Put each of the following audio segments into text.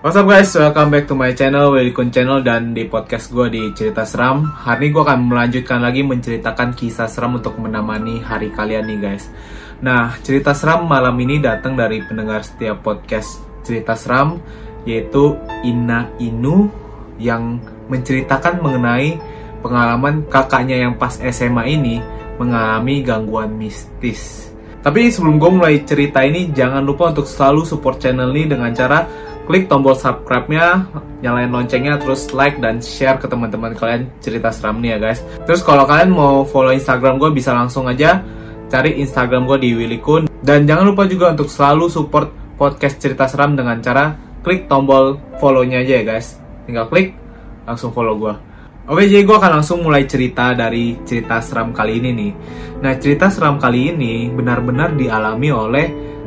What's up guys, welcome back to my channel, Willy Channel, dan di podcast gue di Cerita Seram. Hari ini gue akan melanjutkan lagi menceritakan kisah seram untuk menemani hari kalian nih guys. Nah, cerita seram malam ini datang dari pendengar setiap podcast Cerita Seram, yaitu Ina Inu, yang menceritakan mengenai pengalaman kakaknya yang pas SMA ini mengalami gangguan mistis. Tapi sebelum gue mulai cerita ini, jangan lupa untuk selalu support channel ini dengan cara klik tombol subscribe-nya, nyalain loncengnya, terus like dan share ke teman-teman kalian cerita seram nih ya guys. Terus kalau kalian mau follow Instagram gue, bisa langsung aja cari Instagram gue di Willy Kun. Dan jangan lupa juga untuk selalu support podcast cerita seram dengan cara klik tombol follow-nya aja ya guys. Tinggal klik, langsung follow gue. Oke, jadi gue akan langsung mulai cerita dari cerita seram kali ini nih. Nah, cerita seram kali ini benar-benar dialami oleh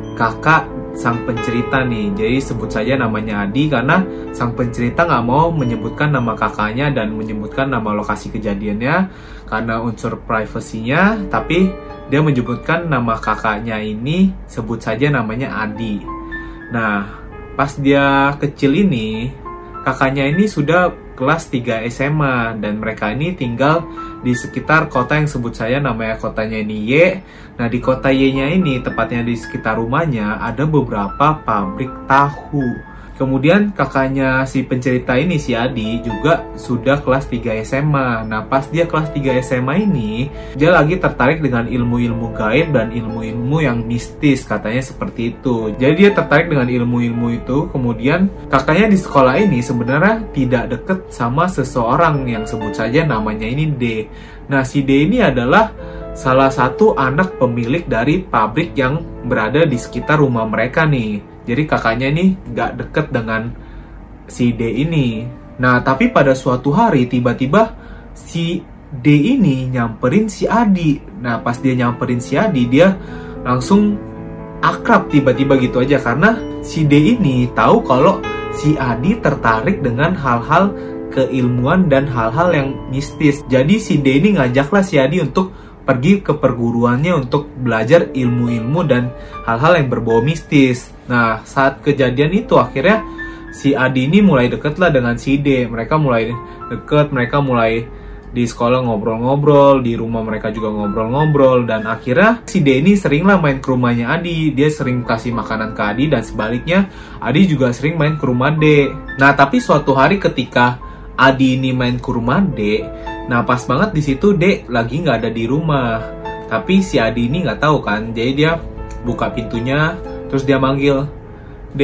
kakak sang pencerita nih. Jadi sebut saja namanya Adi, karena sang pencerita nggak mau menyebutkan nama kakaknya dan menyebutkan nama lokasi kejadiannya karena unsur privasinya, tapi dia menyebutkan nama kakaknya ini, sebut saja namanya Adi. Nah, pas dia kecil ini, kakaknya ini sudah kelas 3 SMA dan mereka ini tinggal di sekitar kota yang sebut saya namanya kotanya ini Y. Nah, di kota Y-nya ini, tepatnya di sekitar rumahnya, ada beberapa pabrik tahu. Kemudian kakaknya si pencerita ini, si Adi, juga sudah kelas 3 SMA. Nah, pas dia kelas 3 SMA ini, dia lagi tertarik dengan ilmu-ilmu gaib dan ilmu-ilmu yang mistis, katanya seperti itu. Jadi dia tertarik dengan ilmu-ilmu itu. Kemudian kakaknya di sekolah ini sebenarnya tidak deket sama seseorang yang sebut saja namanya ini D. Nah, si D ini adalah salah satu anak pemilik dari pabrik yang berada di sekitar rumah mereka nih. Jadi kakaknya ini gak deket dengan si D ini. Nah, tapi pada suatu hari tiba-tiba si D ini nyamperin si Adi. Nah, pas dia nyamperin si Adi, dia langsung akrab tiba-tiba gitu aja. Karena si D ini tahu kalau si Adi tertarik dengan hal-hal keilmuan dan hal-hal yang mistis. Jadi si D ini ngajaklah si Adi untuk pergi ke perguruannya untuk belajar ilmu-ilmu dan hal-hal yang berbau mistis. Nah, saat kejadian itu akhirnya si Adi ini mulai deket lah dengan si D. Mereka mulai deket, mereka mulai di sekolah ngobrol-ngobrol, di rumah mereka juga ngobrol-ngobrol. Dan akhirnya si D ini sering lah main ke rumahnya Adi. Dia sering kasih makanan ke Adi dan sebaliknya Adi juga sering main ke rumah D. Nah, tapi suatu hari ketika Adi ini main ke rumah D, nah pas banget di situ D lagi nggak ada di rumah. Tapi si Adi ini nggak tahu kan, jadi dia buka pintunya, terus dia manggil D.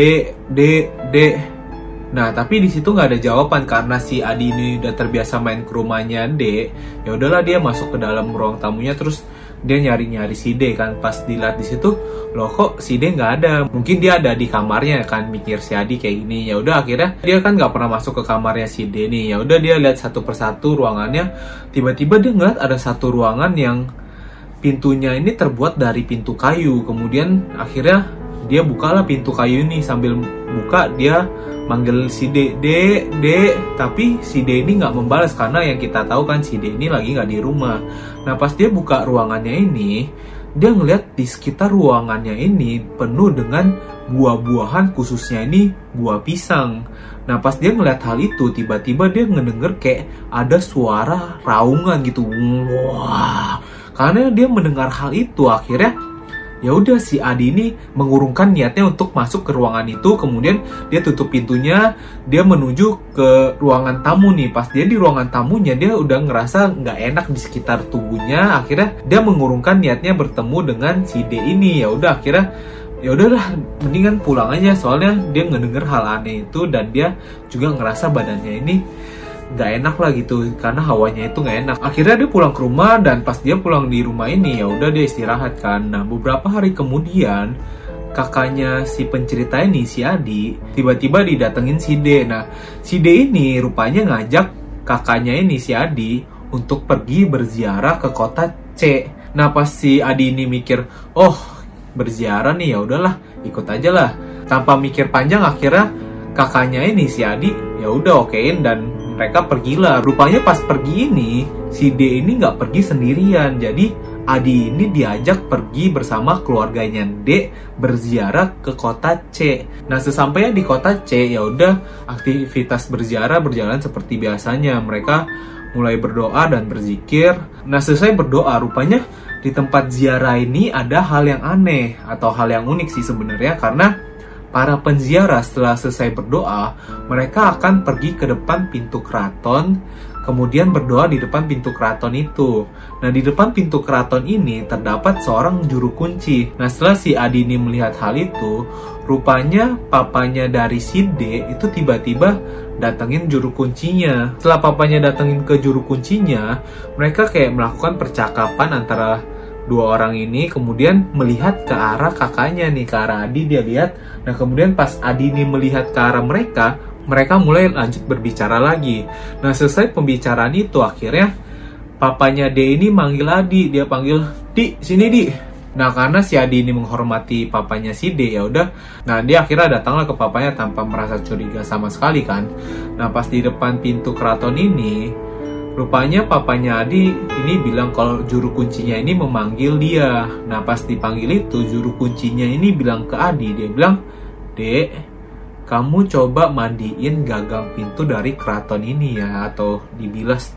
Nah, tapi di situ nggak ada jawaban karena si Adi ini udah terbiasa main ke rumahnya D. Ya udahlah, dia masuk ke dalam ruang tamunya, terus dia nyari-nyari si D kan. Pas dilihat di situ, loh kok si D nggak ada? Mungkin dia ada di kamarnya kan, mikir si Adi kayak gini. Ya udah, akhirnya dia kan nggak pernah masuk ke kamarnya si D nih. Ya udah, dia lihat satu persatu ruangannya. Tiba-tiba dia ngeliat ada satu ruangan yang pintunya ini terbuat dari pintu kayu. Kemudian akhirnya dia bukalah pintu kayu ini. Sambil buka dia manggil si D, tapi si D ini nggak membalas karena yang kita tahu kan si D ini lagi nggak di rumah. Nah, pas dia buka ruangannya ini, dia ngeliat di sekitar ruangannya ini penuh dengan buah-buahan, khususnya ini buah pisang. Nah, pas dia ngeliat hal itu, tiba-tiba dia ngedenger kayak ada suara raungan gitu. Wah, karena dia mendengar hal itu, akhirnya ya udah, si Adi ini mengurungkan niatnya untuk masuk ke ruangan itu. Kemudian dia tutup pintunya, dia menuju ke ruangan tamu nih. Pas dia di ruangan tamunya, dia udah ngerasa nggak enak di sekitar tubuhnya. Akhirnya dia mengurungkan niatnya bertemu dengan si D ini. Ya udah, akhirnya ya udahlah, mendingan pulang aja, soalnya dia ngedenger hal aneh itu dan dia juga ngerasa badannya ini nggak enak lah gitu, karena hawanya itu nggak enak. Akhirnya dia pulang ke rumah, dan pas dia pulang di rumah ini, ya udah dia istirahat kan. Nah, beberapa hari kemudian kakaknya si pencerita ini, si Adi, tiba-tiba didatengin si D. Nah, si D ini rupanya ngajak kakaknya ini, si Adi, untuk pergi berziarah ke kota C. Nah, pas si Adi ini mikir, oh berziarah nih, ya udahlah ikut aja lah. Tanpa mikir panjang, akhirnya kakaknya ini, si Adi, ya udah okein dan mereka pergilah. Rupanya pas pergi ini, si D ini nggak pergi sendirian. Jadi Adi ini diajak pergi bersama keluarganya D berziarah ke kota C. Nah, sesampainya di kota C, ya udah aktivitas berziarah berjalan seperti biasanya. Mereka mulai berdoa dan berzikir. Nah, selesai berdoa, rupanya di tempat ziarah ini ada hal yang aneh atau hal yang unik sih sebenarnya, karena para penziarah setelah selesai berdoa, mereka akan pergi ke depan pintu keraton, kemudian berdoa di depan pintu keraton itu. Nah, di depan pintu keraton ini terdapat seorang juru kunci. Nah, setelah si Adi ini melihat hal itu, rupanya papanya dari si D itu tiba-tiba datengin juru kuncinya. Setelah papanya datengin ke juru kuncinya, mereka kayak melakukan percakapan antara dua orang ini, kemudian melihat ke arah kakaknya nih, ke arah Adi dia lihat. Nah, kemudian pas Adi ini melihat ke arah mereka mulai lanjut berbicara lagi. Nah, selesai pembicaraan itu, akhirnya papanya D ini manggil Adi. Dia panggil, "Di, sini Di." Nah, karena si Adi ini menghormati papanya si D, ya udah. Nah, dia akhirnya datanglah ke papanya tanpa merasa curiga sama sekali kan. Nah, pas di depan pintu keraton ini, rupanya papanya Adi ini bilang kalau juru kuncinya ini memanggil dia. Nah, pas dipanggil itu, juru kuncinya ini bilang ke Adi, dia bilang, "Dek, kamu coba mandiin gagang pintu dari keraton ini ya, atau dibilas,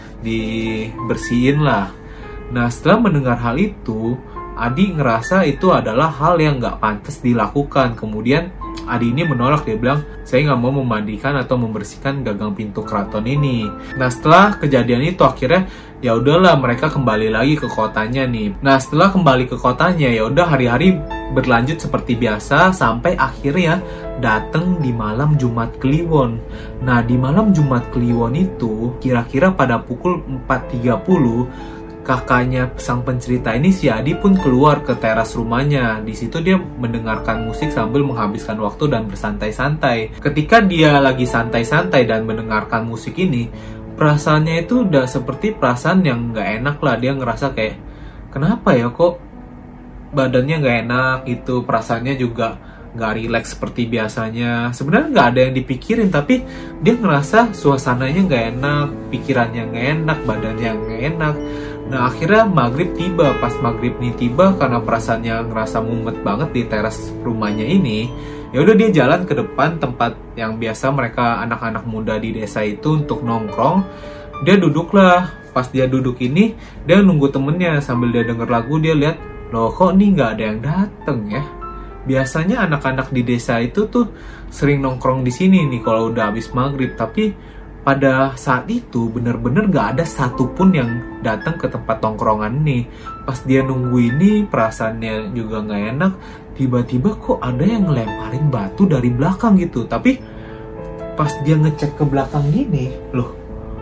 dibersihin lah." Nah, setelah mendengar hal itu, Adi ngerasa itu adalah hal yang nggak pantas dilakukan. Kemudian Adi ini menolak, dia bilang, "Saya nggak mau memandikan atau membersihkan gagang pintu keraton ini." Nah, setelah kejadian itu akhirnya ya udahlah, mereka kembali lagi ke kotanya nih. Nah, setelah kembali ke kotanya, ya udah hari-hari berlanjut seperti biasa sampai akhirnya datang di malam Jumat Kliwon. Nah, di malam Jumat Kliwon itu kira-kira pada pukul 4.30, kakaknya sang pencerita ini, si Adi pun keluar ke teras rumahnya. Di situ dia mendengarkan musik sambil menghabiskan waktu dan bersantai-santai. Ketika dia lagi santai-santai dan mendengarkan musik ini, perasaannya itu udah seperti perasaan yang gak enak lah. Dia ngerasa kayak, kenapa ya kok badannya gak enak gitu, perasaannya juga gak rileks seperti biasanya. Sebenarnya gak ada yang dipikirin, tapi dia ngerasa suasananya gak enak, pikirannya gak enak, badannya gak enak. Nah, akhirnya maghrib tiba. Pas maghrib nih tiba, karena perasaannya ngerasa mumet banget di teras rumahnya ini, ya udah dia jalan ke depan tempat yang biasa mereka anak-anak muda di desa itu untuk nongkrong. Dia duduklah. Pas dia duduk ini, dia nunggu temennya sambil dia denger lagu. Dia lihat, loh kok nih nggak ada yang dateng ya. Biasanya anak-anak di desa itu tuh sering nongkrong di sini nih kalau udah habis maghrib, tapi pada saat itu bener-bener gak ada satupun yang datang ke tempat tongkrongan ini. Pas dia nunggu ini, perasaannya juga gak enak. Tiba-tiba kok ada yang ngelemparin batu dari belakang gitu. Tapi pas dia ngecek ke belakang gini, loh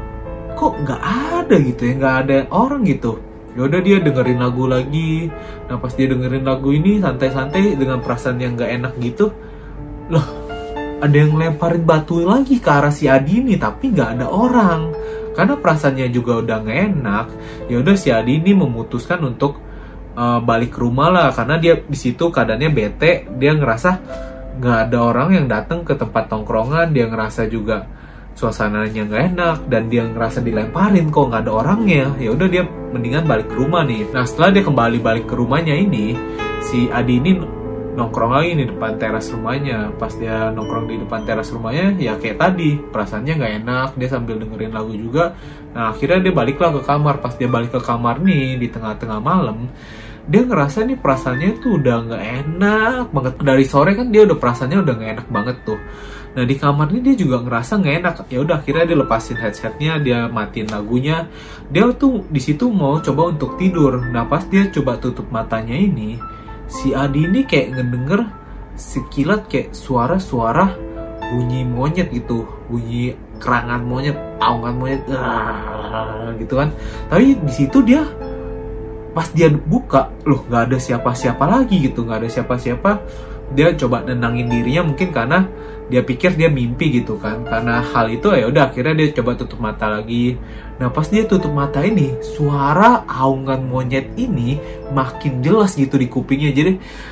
kok gak ada gitu ya, gak ada orang gitu. Yaudah dia dengerin lagu lagi. Nah, pas dia dengerin lagu ini santai-santai dengan perasaan yang gak enak gitu, loh ada yang lemparin batu lagi ke arah si Adi ini, tapi nggak ada orang. Karena perasaannya juga udah nggak enak, ya udah si Adi ini memutuskan untuk balik ke rumah lah, karena dia di situ keadaannya bete. Dia ngerasa nggak ada orang yang datang ke tempat tongkrongan. Dia ngerasa juga suasananya nggak enak dan dia ngerasa dilemparin kok nggak ada orangnya. Ya udah dia mendingan balik ke rumah nih. Nah, setelah dia kembali balik ke rumahnya ini, si Adi ini nongkrong lagi di depan teras rumahnya. Pas dia nongkrong di depan teras rumahnya, ya kayak tadi, perasaannya nggak enak. Dia sambil dengerin lagu juga. Nah, akhirnya dia baliklah ke kamar. Pas dia balik ke kamar nih di tengah-tengah malam, dia ngerasa nih perasaannya tuh udah nggak enak banget. Dari sore kan dia udah perasaannya udah nggak enak banget tuh. Nah, di kamar ini dia juga ngerasa nggak enak. Ya udah akhirnya dia lepasin headsetnya, dia matiin lagunya. Dia tuh di situ mau coba untuk tidur. Nah, pas dia coba tutup matanya ini, si Adi ini kayak ngedenger sekilat kayak suara-suara bunyi monyet gitu, bunyi kerangan monyet, aungan monyet, gitu kan. Tapi di situ dia pas dia buka, loh nggak ada siapa-siapa lagi gitu, nggak ada siapa-siapa. Dia coba nenangin dirinya, mungkin karena dia pikir dia mimpi gitu kan. Karena hal itu ya udah akhirnya dia coba tutup mata lagi. Nah, pas dia tutup mata ini, suara aungan monyet ini makin jelas gitu di kupingnya. Jadi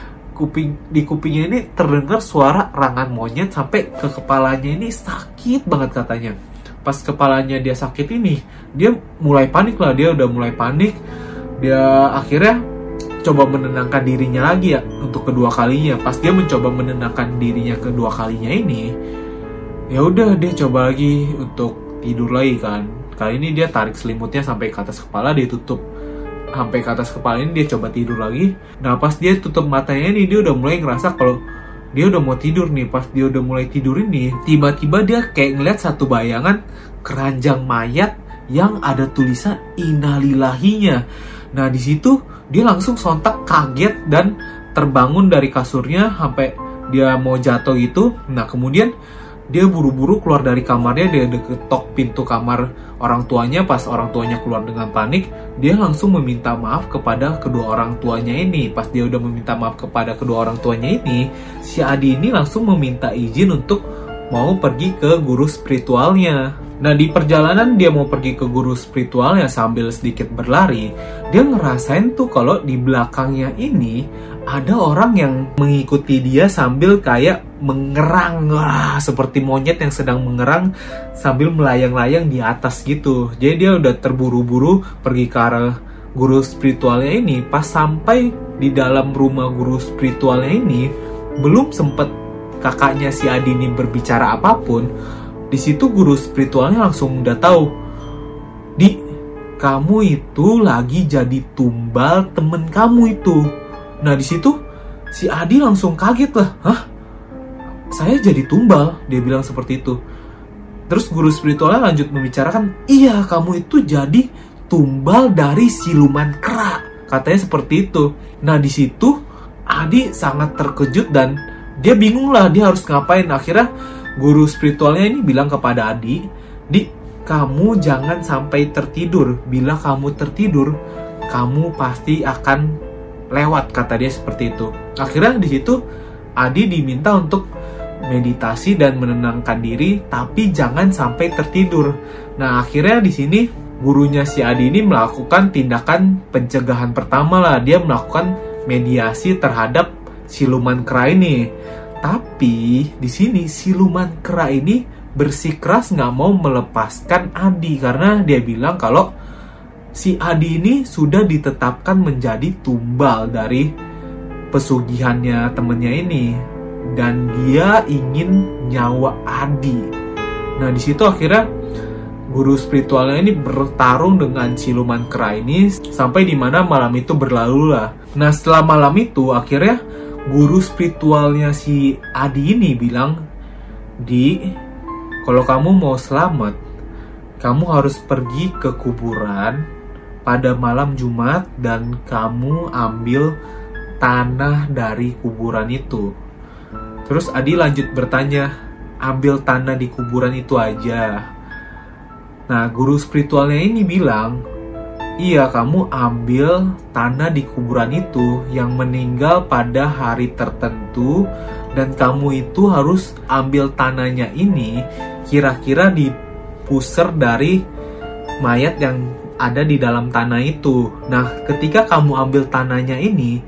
di kupingnya ini terdengar suara rangan monyet sampai ke kepalanya ini sakit banget katanya. Pas kepalanya dia sakit ini, dia mulai panik lah. Dia udah mulai panik. dia akhirnya coba menenangkan dirinya lagi ya untuk kedua kalinya. Pas dia mencoba menenangkan dirinya kedua kalinya ini, ya udah dia coba lagi untuk tidur lagi kan. Kali ini dia tarik selimutnya sampai ke atas kepala, dia tutup sampai ke atas kepala ini, dia coba tidur lagi. Nah pas dia tutup matanya ini, dia udah mulai ngerasa kalau dia udah mau tidur nih. Pas dia udah mulai tidur ini, tiba-tiba dia kayak ngeliat satu bayangan keranjang mayat yang ada tulisan innalillahinya. Nah di situ dia langsung sontak kaget dan terbangun dari kasurnya sampai dia mau jatuh gitu. Nah kemudian dia buru-buru keluar dari kamarnya, dia ketok pintu kamar orang tuanya. Pas orang tuanya keluar dengan panik, dia langsung meminta maaf kepada kedua orang tuanya ini. Pas dia udah meminta maaf kepada kedua orang tuanya ini, si Adi ini langsung meminta izin untuk mau pergi ke guru spiritualnya. Nah di perjalanan dia mau pergi ke guru spiritualnya sambil sedikit berlari, dia ngerasain tuh kalau di belakangnya ini ada orang yang mengikuti dia sambil kayak mengerang, seperti monyet yang sedang mengerang sambil melayang-layang di atas gitu. Jadi dia udah terburu-buru pergi ke arah guru spiritualnya ini. Pas sampai di dalam rumah guru spiritualnya ini, belum sempet kakaknya si Adi ini berbicara apapun, di situ guru spiritualnya langsung udah tahu, "Di, kamu itu lagi jadi tumbal temen kamu itu." Nah di situ si Adi langsung kaget lah, "Hah? Saya jadi tumbal?" Dia bilang seperti itu. Terus guru spiritualnya lanjut membicarakan, "Iya, kamu itu jadi tumbal dari siluman kera." Katanya seperti itu. Nah di situ Adi sangat terkejut dan dia bingung lah dia harus ngapain. Akhirnya guru spiritualnya ini bilang kepada Adi, "Di, kamu jangan sampai tertidur. Bila kamu tertidur, kamu pasti akan lewat," kata dia seperti itu. Akhirnya di situ Adi diminta untuk meditasi dan menenangkan diri, tapi jangan sampai tertidur. Nah akhirnya di sini gurunya si Adi ini melakukan tindakan pencegahan pertama lah. Dia melakukan mediasi terhadap siluman kera ini. Tapi di sini siluman kera ini bersikeras nggak mau melepaskan Adi karena dia bilang kalau si Adi ini sudah ditetapkan menjadi tumbal dari pesugihannya temennya ini dan dia ingin nyawa Adi. Nah di situ akhirnya guru spiritualnya ini bertarung dengan siluman kera ini sampai dimana malam itu berlalu lah. Nah setelah malam itu akhirnya guru spiritualnya si Adi ini bilang, "Di, kalau kamu mau selamat, kamu harus pergi ke kuburan pada malam Jumat dan kamu ambil tanah dari kuburan itu." Terus Adi lanjut bertanya, "Ambil tanah di kuburan itu aja?" Nah guru spiritualnya ini bilang, "Iya, kamu ambil tanah di kuburan itu yang meninggal pada hari tertentu dan kamu itu harus ambil tanahnya ini kira-kira di pusar dari mayat yang ada di dalam tanah itu. Nah ketika kamu ambil tanahnya ini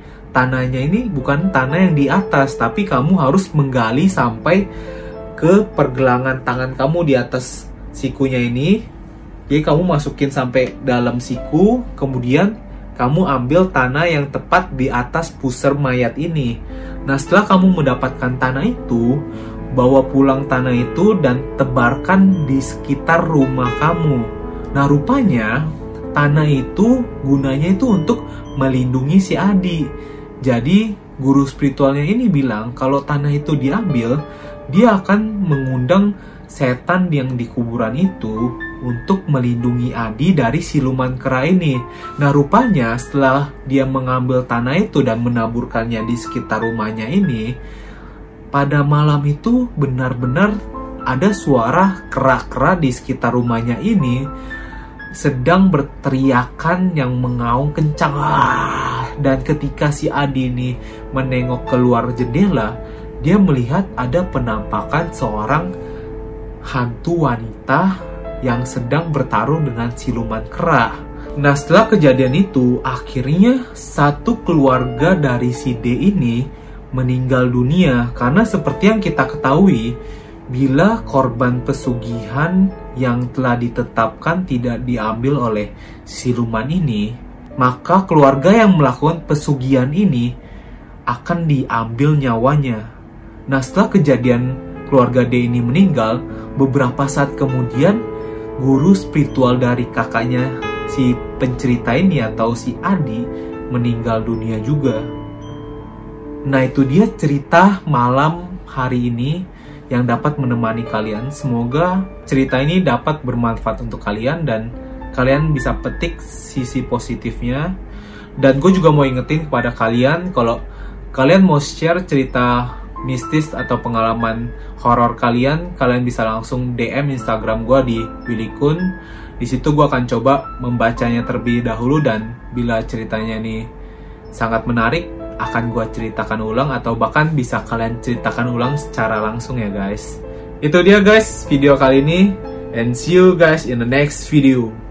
bukan tanah yang di atas, tapi kamu harus menggali sampai ke pergelangan tangan kamu di atas sikunya ini. Jadi kamu masukin sampai dalam siku, kemudian kamu ambil tanah yang tepat di atas pusar mayat ini. Nah setelah kamu mendapatkan tanah itu, bawa pulang tanah itu dan tebarkan di sekitar rumah kamu." Nah rupanya tanah itu gunanya itu untuk melindungi si Adi. Jadi guru spiritualnya ini bilang kalau tanah itu diambil, dia akan mengundang setan yang di kuburan itu untuk melindungi Adi dari siluman kera ini. Nah rupanya setelah dia mengambil tanah itu dan menaburkannya di sekitar rumahnya ini, pada malam itu benar-benar ada suara kera-kera di sekitar rumahnya ini sedang berteriakan yang mengaung kencang. Dan ketika si Adi ini menengok keluar jendela, dia melihat ada penampakan seorang hantu wanita yang sedang bertarung dengan siluman kera. Nah setelah kejadian itu, akhirnya satu keluarga dari si D ini meninggal dunia. Karena seperti yang kita ketahui, bila korban pesugihan yang telah ditetapkan tidak diambil oleh siluman ini, maka keluarga yang melakukan pesugihan ini akan diambil nyawanya. Nah, setelah kejadian keluarga D ini meninggal, beberapa saat kemudian guru spiritual dari kakaknya si pencerita ini atau si Adi meninggal dunia juga. Nah, itu dia cerita malam hari ini yang dapat menemani kalian. Semoga cerita ini dapat bermanfaat untuk kalian dan kalian bisa petik sisi positifnya. Dan gue juga mau ingetin kepada kalian, kalau kalian mau share cerita mistis atau pengalaman horor kalian bisa langsung DM Instagram gue di Willy Kun. Di situ gue akan coba membacanya terlebih dahulu, dan bila ceritanya ini sangat menarik, akan gue ceritakan ulang, atau bahkan bisa kalian ceritakan ulang secara langsung ya guys. Itu dia guys video kali ini, and see you guys in the next video.